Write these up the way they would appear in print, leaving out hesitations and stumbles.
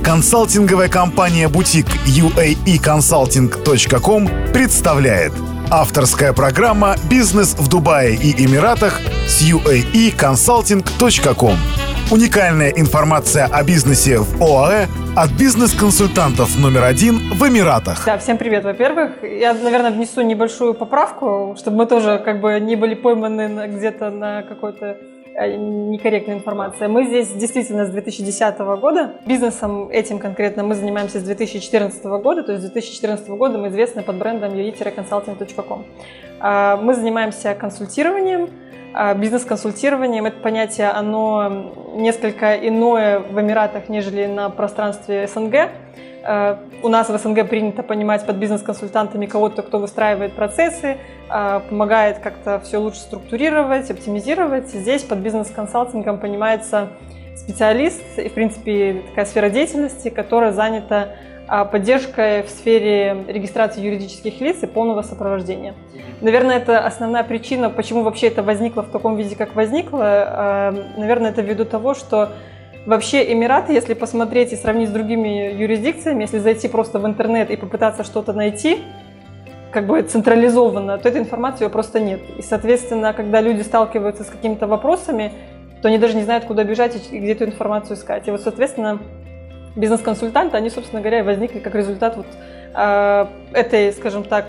Консалтинговая компания «Бутик» UAEconsulting.com представляет авторская программа «Бизнес в Дубае и Эмиратах» с UAEconsulting.com. Уникальная информация о бизнесе в ОАЭ от бизнес-консультантов номер 1 в Эмиратах. Да, всем привет, во-первых. Я, наверное, внесу небольшую поправку, чтобы мы тоже не были пойманы где-то на какой-то некорректной информации. Мы здесь действительно с 2010 года. Бизнесом этим конкретно мы занимаемся с 2014 года. То есть с 2014 года мы известны под брендом ue-consulting.com. Мы занимаемся консультированием, бизнес-консультированием. Это понятие, оно несколько иное в Эмиратах, нежели на пространстве СНГ. У нас в СНГ принято понимать под бизнес-консультантами кого-то, кто выстраивает процессы, помогает как-то все лучше структурировать, оптимизировать. Здесь под бизнес-консалтингом понимается специалист и, в принципе, такая сфера деятельности, которая занята поддержкой в сфере регистрации юридических лиц и полного сопровождения. Наверное, это основная причина, почему вообще это возникло в таком виде, как возникло. Наверное, это ввиду того, что вообще Эмираты, если посмотреть и сравнить с другими юрисдикциями, если зайти просто в интернет и попытаться что-то найти, централизованно, то этой информации просто нет. И, соответственно, когда люди сталкиваются с какими-то вопросами, то они даже не знают, куда бежать и где эту информацию искать. И вот, соответственно, бизнес-консультанты, они, собственно говоря, возникли как результат этой, скажем так,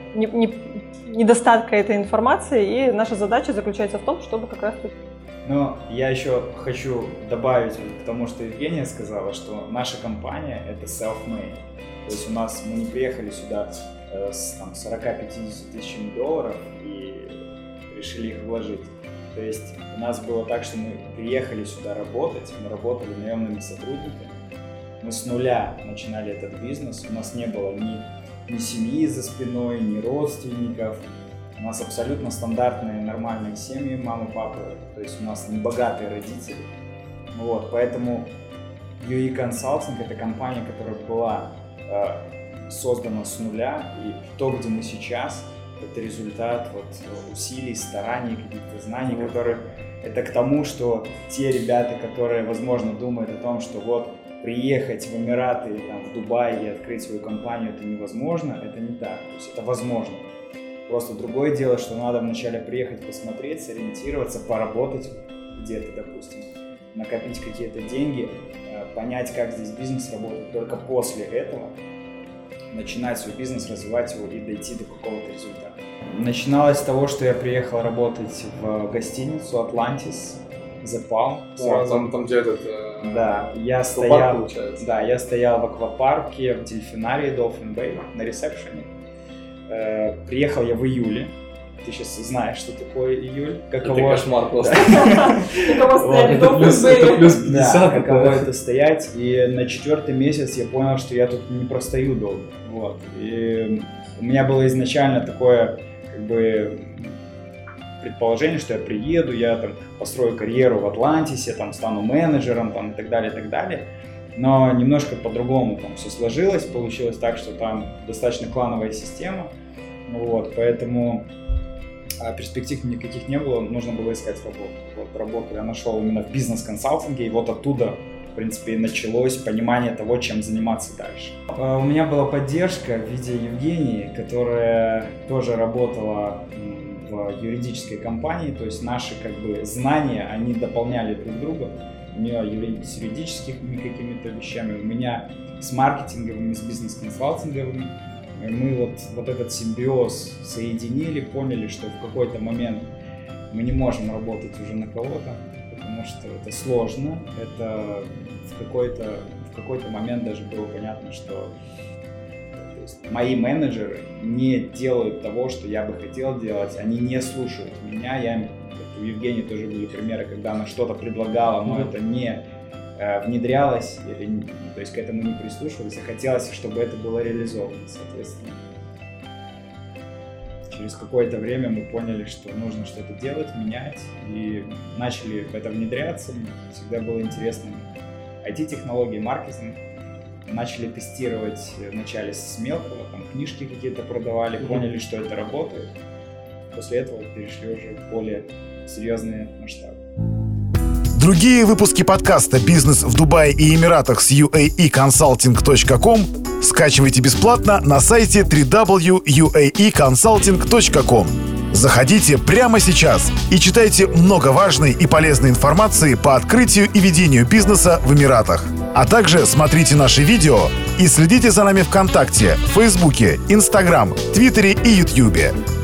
недостатка этой информации. И наша задача заключается в том, чтобы как раз-таки... Но я еще хочу добавить к тому, что Евгения сказала, что наша компания – это self-made. То есть мы не приехали сюда с 40-50 тысячами долларов и решили их вложить. То есть у нас было так, что мы приехали сюда работать, мы работали наемными сотрудниками. Мы с нуля начинали этот бизнес, у нас не было ни семьи за спиной, ни родственников. У нас абсолютно стандартные нормальные семьи, мама, папа, то есть у нас не богатые родители. Поэтому UE Consulting – это компания, которая была создана с нуля, и то, где мы сейчас, это результат усилий, стараний, каких-то знаний, которые… Это к тому, что те ребята, которые, возможно, думают о том, что приехать в Эмираты, в Дубай и открыть свою компанию – это невозможно, это не так, то есть это возможно. Просто другое дело, что надо вначале приехать, посмотреть, сориентироваться, поработать где-то, допустим, накопить какие-то деньги, понять, как здесь бизнес работает. Только после этого начинать свой бизнес, развивать его и дойти до какого-то результата. Начиналось с того, что я приехал работать в гостиницу Atlantis, The Palm. Там где этот... Да, я стоял в аквапарке в дельфинарии Dolphin Bay на ресепшене. Приехал я в июле. Ты сейчас знаешь, что такое июль. Это кошмар просто. Каково стоять в Dolphin Bay. Это плюс 50. Да, каково это стоять. И на 4-й месяц я понял, что я тут не простою долго. И у меня было изначально такое, предположение, что я приеду, я построю карьеру в Атлантисе, стану менеджером и так далее, и так далее. Но немножко по-другому все сложилось, получилось так, что там достаточно клановая система, поэтому перспектив никаких не было, нужно было искать работу. Работу я нашел именно в бизнес-консалтинге, и оттуда, в принципе, и началось понимание того, чем заниматься дальше. У меня была поддержка в виде Евгении, которая тоже работала в юридической компании, то есть наши знания, они дополняли друг друга. У нее с юридическими какими-то вещами, у меня с маркетинговыми, с бизнес-консалтинговыми. Мы этот симбиоз соединили, поняли, что в какой-то момент мы не можем работать уже на кого-то, потому что это сложно. Это в какой-то момент даже было понятно, что мои менеджеры не делают того, что я бы хотел делать, они не слушают меня. У Евгении тоже были примеры, когда она что-то предлагала, но это не внедрялось, то есть к этому не прислушивались, а хотелось, чтобы это было реализовано, соответственно. Через какое-то время мы поняли, что нужно что-то делать, менять, и начали в это внедряться. Всегда было интересно IT-технологии, маркетинг. Начали тестировать вначале с мелкого, книжки какие-то продавали, поняли, что это работает. После этого перешли уже в более серьезные масштабы. Другие выпуски подкаста «Бизнес в Дубае и Эмиратах» с uaeconsulting.com скачивайте бесплатно на сайте www.uaeconsulting.com. Заходите прямо сейчас и читайте много важной и полезной информации по открытию и ведению бизнеса в Эмиратах. А также смотрите наши видео и следите за нами ВКонтакте, Фейсбуке, Инстаграм, Твиттере и Ютьюбе.